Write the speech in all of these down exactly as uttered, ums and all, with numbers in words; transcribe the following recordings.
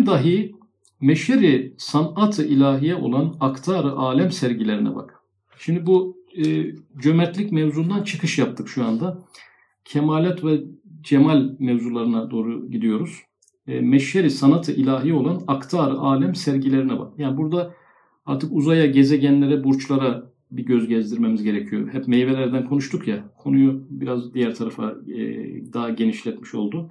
Hem dahi meşeri sanat-ı ilahiye olan aktar-ı alem sergilerine bak. Şimdi bu e, cömertlik mevzundan çıkış yaptık şu anda. Kemalat ve cemal mevzularına doğru gidiyoruz. E, meşeri sanat-ı ilahi olan aktar-ı alem sergilerine bak. Yani burada artık uzaya, gezegenlere, burçlara bir göz gezdirmemiz gerekiyor. Hep meyvelerden konuştuk ya, konuyu biraz diğer tarafa e, daha genişletmiş oldu.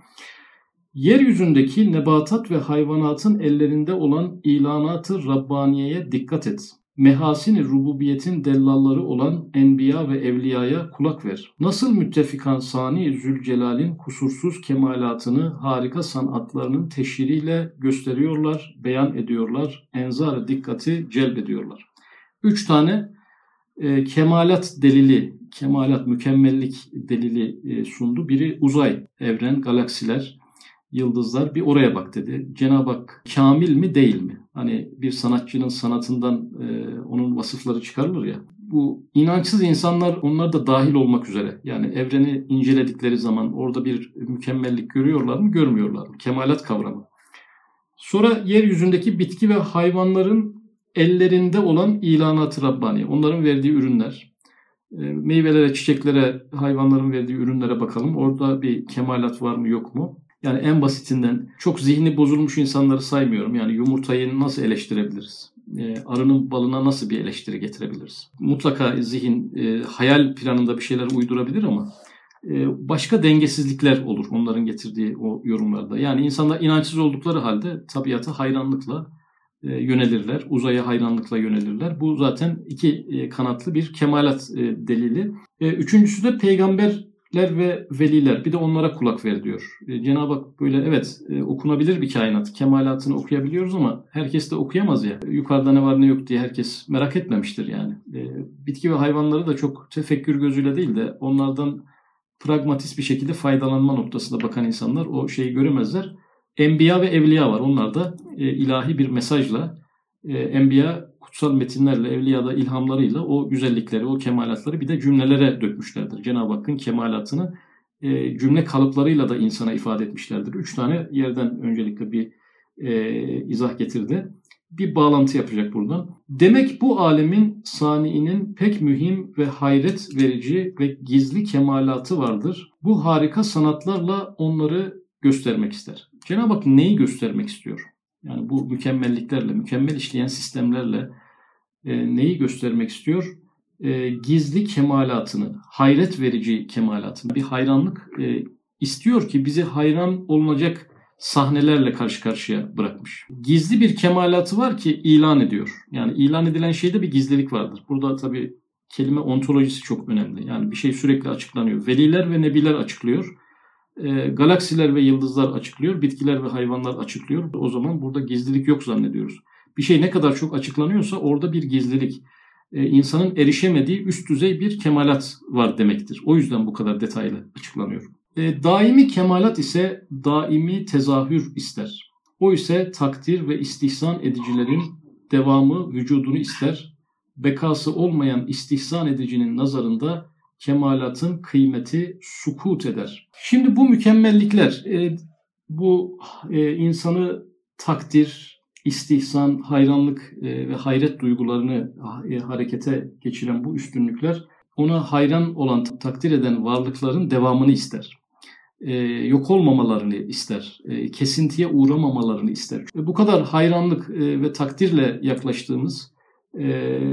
Yeryüzündeki nebatat ve hayvanatın ellerinde olan ilanat-ı Rabbaniye'ye dikkat et. Mehasin-i rububiyetin dellalları olan enbiya ve evliyaya kulak ver. Nasıl müttefikan Sani Zülcelal'in kusursuz kemalatını harika sanatlarının teşhiriyle gösteriyorlar, beyan ediyorlar, enzar-ı dikkati celbediyorlar. Üç tane e, kemalat delili, kemalat, mükemmellik delili e, sundu. Biri uzay, evren, galaksiler, yıldızlar, bir oraya bak dedi. Cenab-ı Hak kamil mi değil mi? Hani bir sanatçının sanatından e, onun vasıfları çıkarılır ya. Bu inançsız insanlar, onlar da dahil olmak üzere. Yani evreni inceledikleri zaman orada bir mükemmellik görüyorlar mı, görmüyorlar mı? Kemalat kavramı. Sonra yeryüzündeki bitki ve hayvanların ellerinde olan ilanat-ı Rabbani. Onların verdiği ürünler. E, meyvelere, çiçeklere, hayvanların verdiği ürünlere bakalım. Orada bir kemalat var mı, yok mu? Yani en basitinden çok zihni bozulmuş insanları saymıyorum. Yani yumurtayı nasıl eleştirebiliriz? E, arının balına nasıl bir eleştiri getirebiliriz? Mutlaka zihin e, hayal planında bir şeyler uydurabilir ama e, başka dengesizlikler olur onların getirdiği o yorumlarda. Yani insanlar inançsız oldukları halde tabiata hayranlıkla e, yönelirler. Uzaya hayranlıkla yönelirler. Bu zaten iki e, kanatlı bir kemalat e, delili. E, üçüncüsü de peygamber ve veliler, bir de onlara kulak ver diyor. Cenab-ı Hak böyle evet okunabilir bir kainat. Kemalatını okuyabiliyoruz ama herkes de okuyamaz ya. Yukarıda ne var ne yok diye herkes merak etmemiştir yani. Bitki ve hayvanları da çok tefekkür gözüyle değil de onlardan pragmatist bir şekilde faydalanma noktasında bakan insanlar o şeyi göremezler. Enbiya ve evliya var. Onlar da ilahi bir mesajla, enbiya kutsal metinlerle, evliyada ilhamlarıyla o güzellikleri, o kemalatları bir de cümlelere dökmüşlerdir. Cenab-ı Hakk'ın kemalatını e, cümle kalıplarıyla da insana ifade etmişlerdir. Üç tane yerden öncelikle bir e, izah getirdi. Bir bağlantı yapacak buradan. Demek bu alemin saniinin pek mühim ve hayret verici ve gizli kemalatı vardır. Bu harika sanatlarla onları göstermek ister. Cenab-ı Hak neyi göstermek istiyor? Yani bu mükemmelliklerle, mükemmel işleyen sistemlerle e, neyi göstermek istiyor? E, gizli kemalatını, hayret verici kemalatını, bir hayranlık e, istiyor ki bizi hayran olunacak sahnelerle karşı karşıya bırakmış. Gizli bir kemalatı var ki ilan ediyor. Yani ilan edilen şeyde bir gizlilik vardır. Burada tabii kelime ontolojisi çok önemli. Yani bir şey sürekli açıklanıyor. Veliler ve nebiler açıklıyor. E, galaksiler ve yıldızlar açıklıyor. Bitkiler ve hayvanlar açıklıyor. O zaman burada gizlilik yok zannediyoruz. Bir şey ne kadar çok açıklanıyorsa orada bir gizlilik, e, insanın erişemediği üst düzey bir kemalat var demektir. O yüzden bu kadar detaylı açıklanıyor. E, daimi kemalat ise daimi tezahür ister. O ise takdir ve istihsan edicilerin devamı vücudunu ister. Bekası olmayan istihsan edicinin nazarında kemalatın kıymeti sukut eder. Şimdi bu mükemmellikler, e, bu e, insanı takdir, istihsan, hayranlık e, ve hayret duygularını e, harekete geçiren bu üstünlükler ona hayran olan, takdir eden varlıkların devamını ister. E, yok olmamalarını ister. E, kesintiye uğramamalarını ister. E, bu kadar hayranlık e, ve takdirle yaklaştığımız, e,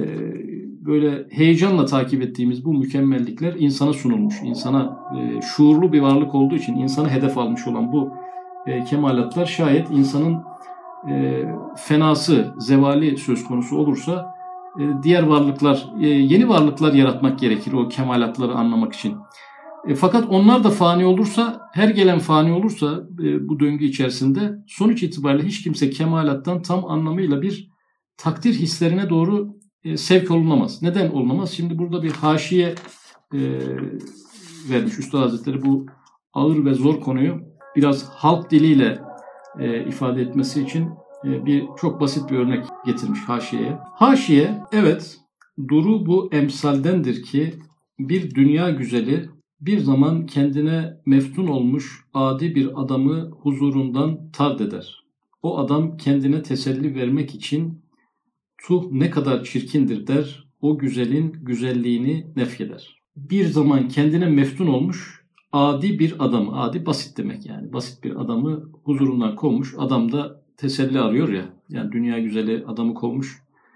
böyle heyecanla takip ettiğimiz bu mükemmellikler insana sunulmuş. İnsana e, şuurlu bir varlık olduğu için insana hedef almış olan bu e, kemalatlar şayet insanın e, fenası, zevali söz konusu olursa e, diğer varlıklar, e, yeni varlıklar yaratmak gerekir o kemalatları anlamak için. E, fakat onlar da fani olursa, her gelen fani olursa e, bu döngü içerisinde sonuç itibariyle hiç kimse kemalattan tam anlamıyla bir takdir hislerine doğru e, sevk olunamaz. Neden olunamaz? Şimdi burada bir haşiye e, vermiş Üstad Hazretleri bu ağır ve zor konuyu biraz halk diliyle e, ifade etmesi için e, bir çok basit bir örnek getirmiş haşiyeye. Haşiye, evet, duru bu emsaldendir ki bir dünya güzeli bir zaman kendine meftun olmuş adi bir adamı huzurundan tard eder. O adam kendine teselli vermek için tuh ne kadar çirkindir der, o güzelin güzelliğini nefyeder. Bir zaman kendine meftun olmuş adi bir adamı, adi basit demek yani, basit bir adamı huzurundan kovmuş. Adam da teselli arıyor ya, yani dünya güzeli adamı kovmuş,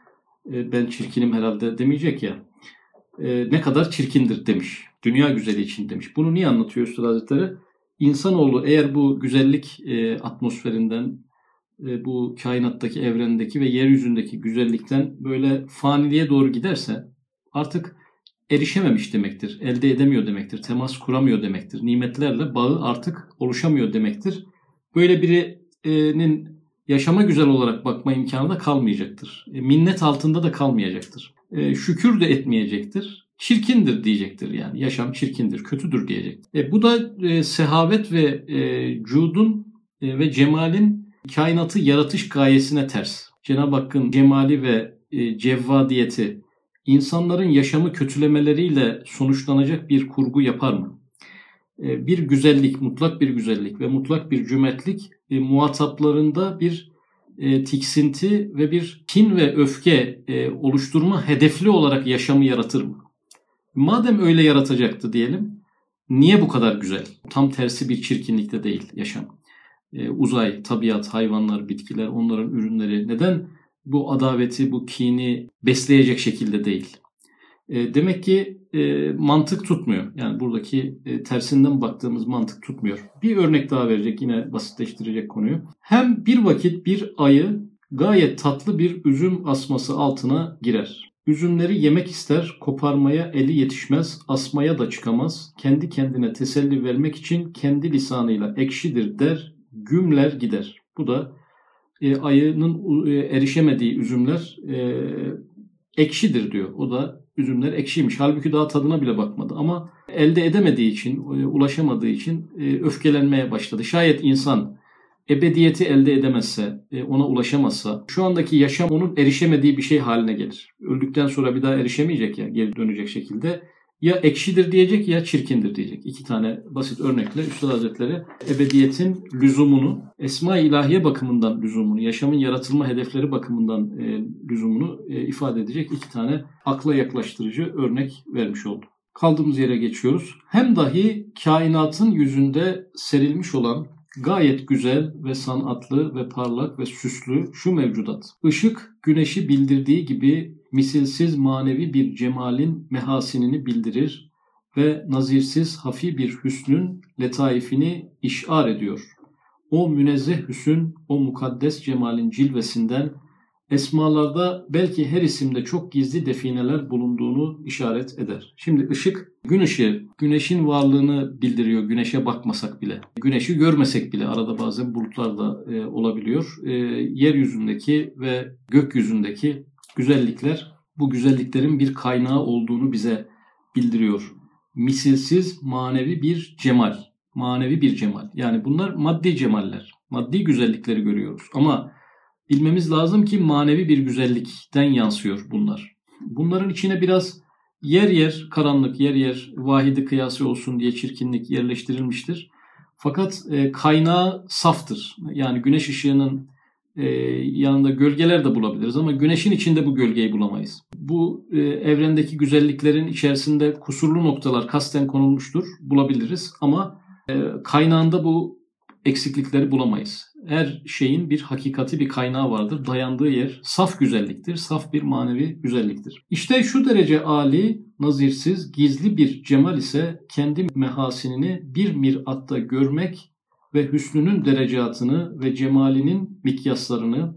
e, ben çirkinim herhalde demeyecek ya, e, ne kadar çirkindir demiş, dünya güzeli için demiş. Bunu niye anlatıyor Üstad Hazretleri? İnsanoğlu eğer bu güzellik e, atmosferinden, e, bu kainattaki, evrendeki ve yeryüzündeki güzellikten böyle faniliğe doğru giderse artık erişememiş demektir, elde edemiyor demektir, temas kuramıyor demektir, nimetlerle bağı artık oluşamıyor demektir. Böyle birinin yaşama güzel olarak bakma imkanı da kalmayacaktır. E, minnet altında da kalmayacaktır. E, şükür de etmeyecektir. Çirkindir diyecektir yani. Yaşam çirkindir, kötüdür diyecektir. E, bu da e, sehavet ve e, cudun e, ve cemalin kainatı yaratış gayesine ters. Cenab-ı Hakk'ın cemali ve e, cevvadiyeti insanların yaşamı kötülemeleriyle sonuçlanacak bir kurgu yapar mı? E, bir güzellik, mutlak bir güzellik ve mutlak bir cömertlik e, muhataplarında bir e, tiksinti ve bir kin ve öfke e, oluşturma hedefli olarak yaşamı yaratır mı? Madem öyle yaratacaktı diyelim, niye bu kadar güzel? Tam tersi bir çirkinlikte değil yaşam. Ee, uzay, tabiat, hayvanlar, bitkiler, onların ürünleri neden bu adaveti, bu kini besleyecek şekilde değil? E, demek ki e, mantık tutmuyor. Yani buradaki e, tersinden baktığımız mantık tutmuyor. Bir örnek daha verecek, yine basitleştirecek konuyu. Hem bir vakit bir ayı gayet tatlı bir üzüm asması altına girer. Üzümleri yemek ister, koparmaya eli yetişmez, asmaya da çıkamaz. Kendi kendine teselli vermek için kendi lisanıyla ekşidir der, gümler gider. Bu da e, ayının e, erişemediği üzümler e, ekşidir diyor. O da üzümler ekşiymiş. Halbuki daha tadına bile bakmadı. Ama elde edemediği için, e, ulaşamadığı için e, öfkelenmeye başladı. Şayet insan ebediyeti elde edemezse, e, ona ulaşamazsa, şu andaki yaşam onun erişemediği bir şey haline gelir. Öldükten sonra bir daha erişemeyecek ya, geri dönecek şekilde. Ya ekşidir diyecek ya çirkindir diyecek. İki tane basit örnekle Üstad Hazretleri ebediyetin lüzumunu, Esma-i İlahiye bakımından lüzumunu, yaşamın yaratılma hedefleri bakımından e, lüzumunu e, ifade edecek iki tane akla yaklaştırıcı örnek vermiş oldu. Kaldığımız yere geçiyoruz. Hem dahi kainatın yüzünde serilmiş olan gayet güzel ve sanatlı ve parlak ve süslü şu mevcudat. Işık güneşi bildirdiği gibi misilsiz manevi bir cemalin mehasinini bildirir ve nazirsiz hafi bir hüsnün letaifini işar ediyor. O münezzeh hüsn, o mukaddes cemalin cilvesinden esmalarda belki her isimde çok gizli defineler bulunduğunu işaret eder. Şimdi ışık, gün ışığı, güneşin varlığını bildiriyor güneşe bakmasak bile. Güneşi görmesek bile arada bazen bulutlar da e, olabiliyor. E, yeryüzündeki ve gökyüzündeki güzellikler bu güzelliklerin bir kaynağı olduğunu bize bildiriyor. Misilsiz manevi bir cemal. Manevi bir cemal. Yani bunlar maddi cemaller. Maddi güzellikleri görüyoruz. Ama bilmemiz lazım ki manevi bir güzellikten yansıyor bunlar. Bunların içine biraz yer yer karanlık, yer yer vahidi kıyası olsun diye çirkinlik yerleştirilmiştir. Fakat e, kaynağı saftır. Yani güneş ışığının e, yanında gölgeler de bulabiliriz ama güneşin içinde bu gölgeyi bulamayız. Bu e, evrendeki güzelliklerin içerisinde kusurlu noktalar kasten konulmuştur, bulabiliriz ama e, kaynağında bu eksiklikleri bulamayız. Her şeyin bir hakikati, bir kaynağı vardır. Dayandığı yer saf güzelliktir, saf bir manevi güzelliktir. İşte şu derece âli, nazirsiz, gizli bir cemal ise kendi mehasinini bir miratta görmek ve hüsnünün derecatını ve cemalinin mikyaslarını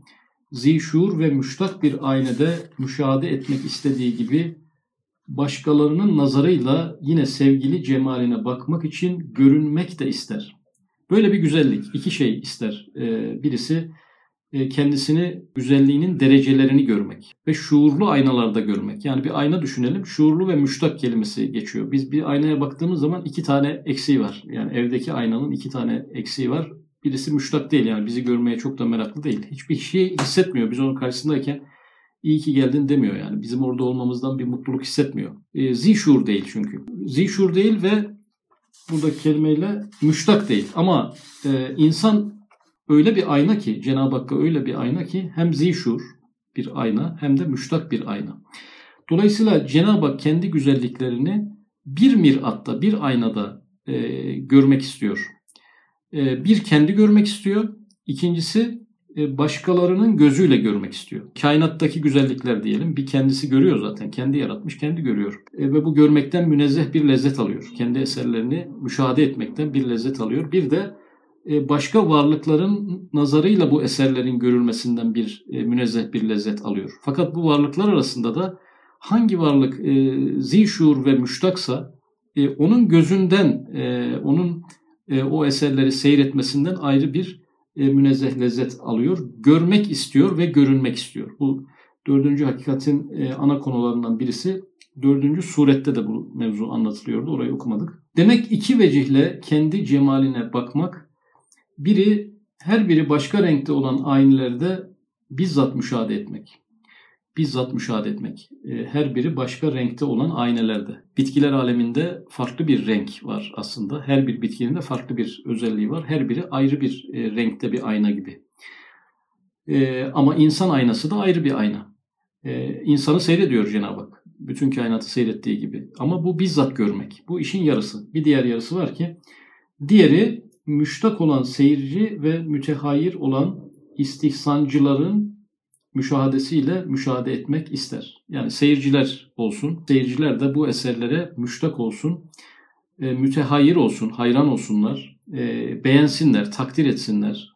zişur ve müştak bir aynede müşahede etmek istediği gibi başkalarının nazarıyla yine sevgili cemaline bakmak için görünmek de ister. Böyle bir güzellik, iki şey ister. Birisi kendisini, güzelliğinin derecelerini görmek ve şuurlu aynalarda görmek. Yani bir ayna düşünelim, şuurlu ve müştak kelimesi geçiyor. Biz bir aynaya baktığımız zaman iki tane eksiği var. Yani evdeki aynanın iki tane eksiği var. Birisi müştak değil, yani bizi görmeye çok da meraklı değil. Hiçbir şey hissetmiyor. Biz onun karşısındayken iyi ki geldin demiyor yani. Bizim orada olmamızdan bir mutluluk hissetmiyor. Zişur değil çünkü. Zişur değil ve burada kelimeyle müştak değil. Ama e, insan öyle bir ayna ki, Cenab-ı Hakk'a öyle bir ayna ki hem zişur bir ayna hem de müştak bir ayna. Dolayısıyla Cenab-ı Hak kendi güzelliklerini bir miratta, bir aynada e, görmek istiyor. E, bir kendi görmek istiyor. İkincisi e, başkalarının gözüyle görmek istiyor. Kainattaki güzellikler diyelim. Bir kendisi görüyor zaten. Kendi yaratmış, kendi görüyor. E, ve bu görmekten münezzeh bir lezzet alıyor. Kendi eserlerini müşahede etmekten bir lezzet alıyor. Bir de e, başka varlıkların nazarıyla bu eserlerin görülmesinden bir e, münezzeh bir lezzet alıyor. Fakat bu varlıklar arasında da hangi varlık e, zişur ve müştaksa e, onun gözünden, e, onun e, o eserleri seyretmesinden ayrı bir e, münezzeh lezzet alıyor. Görmek istiyor ve görünmek istiyor. Bu dördüncü hakikatin e, ana konularından birisi. Dördüncü surette de bu mevzu anlatılıyordu. Orayı okumadık. Demek iki vecihle kendi cemaline bakmak, biri her biri başka renkte olan aynelerde bizzat müşahede etmek. Bizzat müşahede etmek. Her biri başka renkte olan aynelerde. Bitkiler aleminde farklı bir renk var aslında. Her bir bitkinin de farklı bir özelliği var. Her biri ayrı bir renkte bir ayna gibi. Ama insan aynası da ayrı bir ayna. İnsanı seyrediyor Cenab-ı Hak. Bütün kainatı seyrettiği gibi. Ama bu bizzat görmek. Bu işin yarısı. Bir diğer yarısı var ki, diğeri müştak olan seyirci ve mütehayir olan istihsancıların müşahadesiyle müşahede etmek ister. Yani seyirciler olsun, seyirciler de bu eserlere müştak olsun, e, mütehayir olsun, hayran olsunlar, e, beğensinler, takdir etsinler.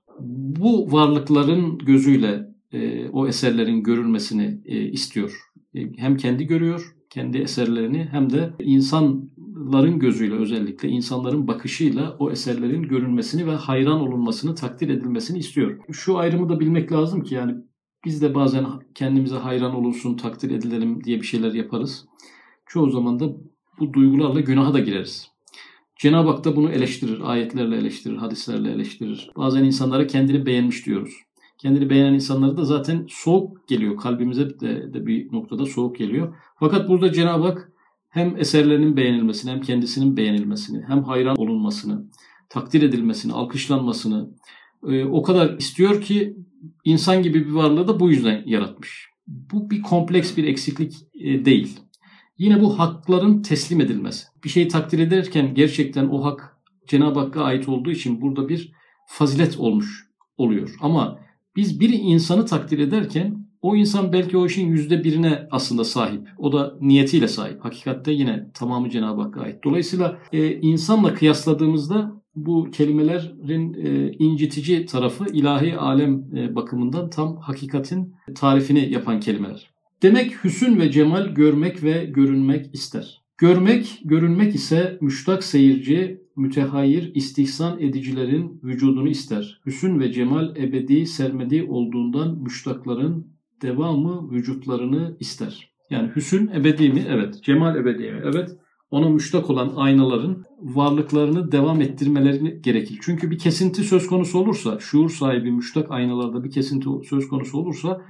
Bu varlıkların gözüyle e, o eserlerin görülmesini e, istiyor. E, hem kendi görüyor, kendi eserlerini, hem de insanların gözüyle, özellikle insanların bakışıyla o eserlerin görülmesini ve hayran olunmasını, takdir edilmesini istiyor. Şu ayrımı da bilmek lazım ki, yani biz de bazen kendimize hayran olunsun, takdir edilelim diye bir şeyler yaparız. Çoğu zaman da bu duygularla günaha da gireriz. Cenab-ı Hak da bunu eleştirir, ayetlerle eleştirir, hadislerle eleştirir. Bazen insanlara kendini beğenmiş diyoruz. Kendini beğenen insanlara da zaten soğuk geliyor, kalbimize de, de bir noktada soğuk geliyor. Fakat burada Cenab-ı Hak hem eserlerinin beğenilmesini, hem kendisinin beğenilmesini, hem hayran olunmasını, takdir edilmesini, alkışlanmasını e, o kadar istiyor ki, İnsan gibi bir varlığı da bu yüzden yaratmış. Bu bir kompleks bir eksiklik değil. Yine bu hakların teslim edilmesi. Bir şeyi takdir ederken gerçekten o hak Cenab-ı Hakk'a ait olduğu için burada bir fazilet olmuş oluyor. Ama biz bir insanı takdir ederken o insan belki o işin yüzde birine aslında sahip. O da niyetiyle sahip. Hakikatte yine tamamı Cenab-ı Hakk'a ait. Dolayısıyla e, insanla kıyasladığımızda bu kelimelerin e, incitici tarafı ilahi alem e, bakımından tam hakikatin tarifini yapan kelimeler. Demek hüsn ve cemal görmek ve görünmek ister. Görmek, görünmek ise müştak seyirci, mütehayir, istihsan edicilerin vücudunu ister. Hüsn ve cemal ebedi, sermedi olduğundan müştakların devamı vücutlarını ister. Yani hüsn ebedi mi? Evet. Cemal ebedi mi? Evet. Ona müştak olan aynaların varlıklarını devam ettirmeleri gerekir. Çünkü bir kesinti söz konusu olursa, şuur sahibi müştak aynalarda bir kesinti söz konusu olursa,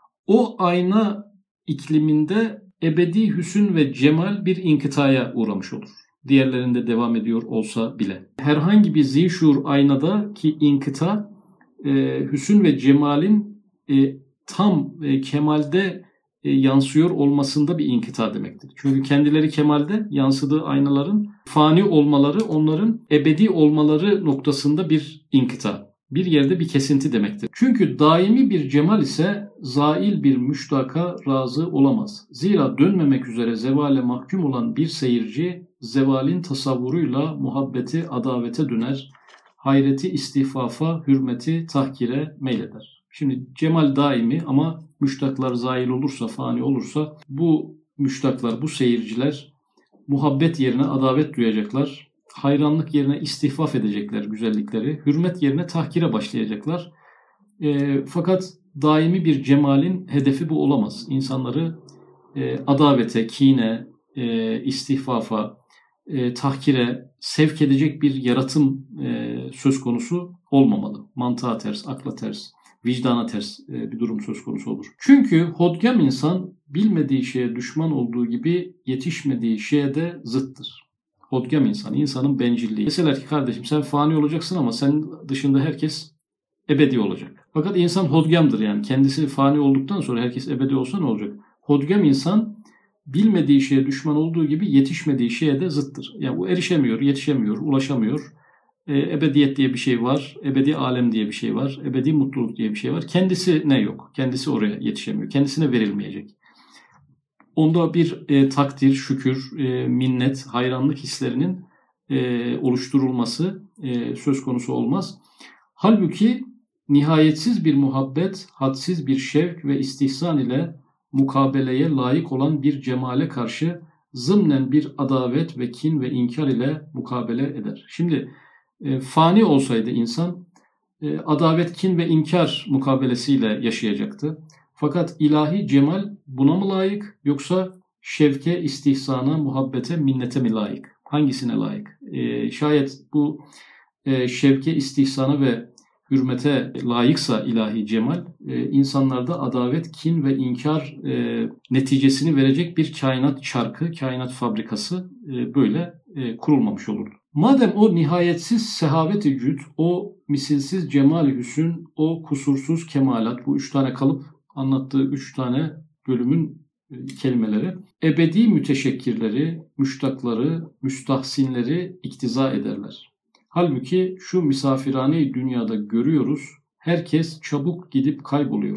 o ayna ikliminde ebedi hüsn ve cemal bir inkıtaya uğramış olur. Diğerlerinde devam ediyor olsa bile. Herhangi bir zişur aynada ki inkıta, e, hüsn ve cemalin e, tam e, kemalde e, yansıyor olmasında bir inkıta demektir. Çünkü kendileri kemalde, yansıdığı aynaların fani olmaları, onların ebedi olmaları noktasında bir inkıta. Bir yerde bir kesinti demektir. Çünkü daimi bir cemal ise zail bir müştaka razı olamaz. Zira dönmemek üzere zevale mahkum olan bir seyirci, zevalin tasavvuruyla muhabbeti adavete döner, hayreti istihfafa, hürmeti tahkire meyleder. Şimdi cemal daimi ama müştaklar zail olursa, fani olursa, bu müştaklar, bu seyirciler muhabbet yerine adavet duyacaklar. Hayranlık yerine istihfaf edecekler güzellikleri. Hürmet yerine tahkire başlayacaklar. E, fakat daimi bir cemalin hedefi bu olamaz. İnsanları e, adavete, kine, e, istihfafa, e, tahkire sevk edecek bir yaratım e, söz konusu olmamalı. Mantığa ters, akla ters, vicdana ters e, bir durum söz konusu olur. Çünkü hodgam insan bilmediği şeye düşman olduğu gibi yetişmediği şeye de zıttır. Hodgam insan, insanın bencilliği. Deseler ki kardeşim sen fani olacaksın ama sen dışında herkes ebedi olacak. Fakat insan hodgamdır yani. Kendisi fani olduktan sonra herkes ebedi olsa ne olacak? Hodgam insan bilmediği şeye düşman olduğu gibi yetişmediği şeye de zıttır. Yani bu erişemiyor, yetişemiyor, ulaşamıyor. E, ebediyet diye bir şey var, ebedi alem diye bir şey var, ebedi mutluluk diye bir şey var. Kendisi ne yok? Kendisi oraya yetişemiyor. Kendisine verilmeyecek. Onda bir e, takdir, şükür, e, minnet, hayranlık hislerinin e, oluşturulması e, söz konusu olmaz. Halbuki nihayetsiz bir muhabbet, hadsiz bir şevk ve istihsan ile mukabeleye layık olan bir cemale karşı zımnen bir adavet ve kin ve inkar ile mukabele eder. Şimdi e, fani olsaydı insan e, adavet, kin ve inkar mukabelesiyle yaşayacaktı. Fakat ilahi cemal buna mı layık yoksa şevke, istihsana, muhabbete, minnete mi layık? Hangisine layık? E, şayet bu e, şevke, istihsana ve hürmete layıksa ilahi cemal, e, insanlarda adavet, kin ve inkar e, neticesini verecek bir kainat çarkı, kainat fabrikası e, böyle e, kurulmamış olurdu. Madem o nihayetsiz sehavet-i cüd, o misilsiz cemal-i hüsn, o kusursuz kemalat, bu üç tane kalıp anlattığı üç tane bölümün e, kelimeleri, ebedi müteşekkirleri, müştakları, müstahsinleri iktiza ederler. Halbuki şu misafirhane-i dünyada görüyoruz, herkes çabuk gidip kayboluyor.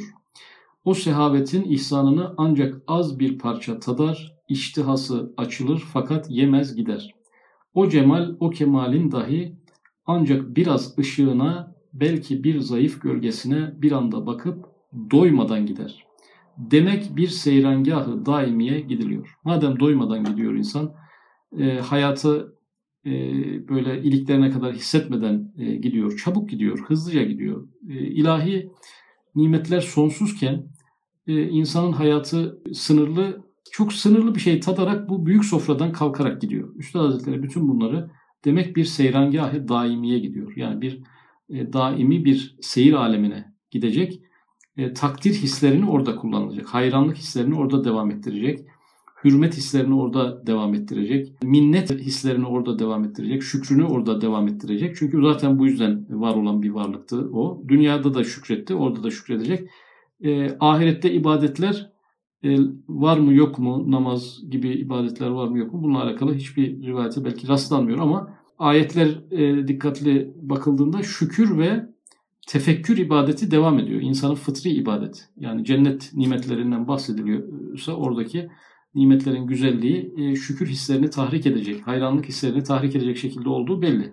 O sehavetin ihsanını ancak az bir parça tadar, iştihası açılır fakat yemez gider. O cemal, o kemalin dahi ancak biraz ışığına, belki bir zayıf gölgesine bir anda bakıp doymadan gider. Demek bir seyrangahı daimiye gidiliyor. Madem doymadan gidiyor insan, e, hayatı e, böyle iliklerine kadar hissetmeden e, gidiyor, çabuk gidiyor, hızlıca gidiyor. E, ilahi nimetler sonsuzken e, insanın hayatı sınırlı, çok sınırlı bir şey tadarak bu büyük sofradan kalkarak gidiyor. Üstad Hazretleri bütün bunları demek bir seyrangâh-ı daimiye gidiyor. Yani bir e, daimi bir seyir alemine gidecek. E, takdir hislerini orada kullanılacak. Hayranlık hislerini orada devam ettirecek. Hürmet hislerini orada devam ettirecek. Minnet hislerini orada devam ettirecek. Şükrünü orada devam ettirecek. Çünkü zaten bu yüzden var olan bir varlıktı o. Dünyada da şükretti, orada da şükredecek. E, ahirette ibadetler e, var mı yok mu? Namaz gibi ibadetler var mı yok mu? Bununla alakalı hiçbir rivayete belki rastlanmıyor ama ayetler e, dikkatli bakıldığında şükür ve tefekkür ibadeti devam ediyor. İnsanın fıtri ibadet. Yani cennet nimetlerinden bahsediliyorsa oradaki nimetlerin güzelliği e, şükür hislerini tahrik edecek, hayranlık hislerini tahrik edecek şekilde olduğu belli.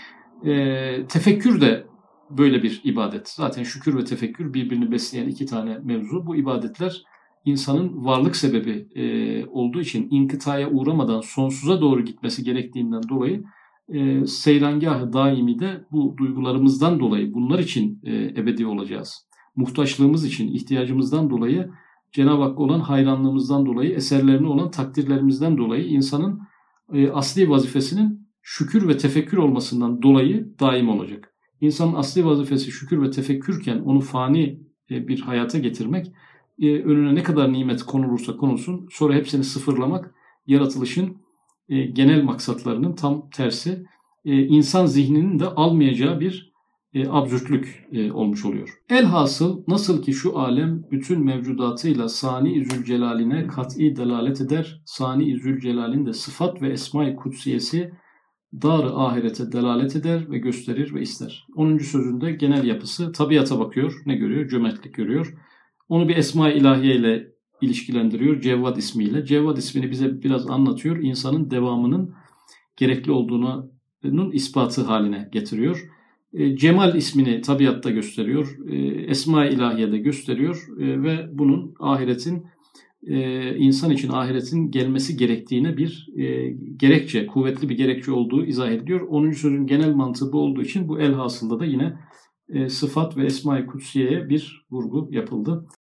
E, tefekkür de böyle bir ibadet. Zaten şükür ve tefekkür birbirini besleyen iki tane mevzu. Bu ibadetler insanın varlık sebebi e, olduğu için inkıtaya uğramadan sonsuza doğru gitmesi gerektiğinden dolayı e, seyrangâh-ı daimi de bu duygularımızdan dolayı bunlar için e, ebedi olacağız. Muhtaçlığımız için, ihtiyacımızdan dolayı, Cenab-ı Hakk'a olan hayranlığımızdan dolayı, eserlerine olan takdirlerimizden dolayı insanın e, asli vazifesinin şükür ve tefekkür olmasından dolayı daim olacak. İnsanın asli vazifesi şükür ve tefekkürken onu fani e, bir hayata getirmek, e, önüne ne kadar nimet konulursa konulsun, sonra hepsini sıfırlamak, yaratılışın e, genel maksatlarının tam tersi, e, insan zihninin de almayacağı bir E, absürtlük e, olmuş oluyor. Elhasıl nasıl ki şu alem bütün mevcudatıyla Sani-i Zülcelal'ine kat'i delalet eder, Sani-i Zülcelal'in de sıfat ve esma-i kutsiyesi dar-ı ahirete delalet eder ve gösterir ve ister. onuncu sözünde genel yapısı tabiata bakıyor. Ne görüyor? Cömertlik görüyor. Onu bir esma-i ilahiye ile ilişkilendiriyor. Cevvad ismiyle. Cevvad ismini bize biraz anlatıyor. İnsanın devamının gerekli olduğunun ispatı haline getiriyor. Cemal ismini tabiatta gösteriyor, Esma-i İlahiye'de gösteriyor ve bunun ahiretin, insan için ahiretin gelmesi gerektiğine bir gerekçe, kuvvetli bir gerekçe olduğu izah ediliyor. onuncu sözün genel mantığı bu olduğu için bu elhasılda da yine sıfat ve Esma-i Kutsiye'ye bir vurgu yapıldı.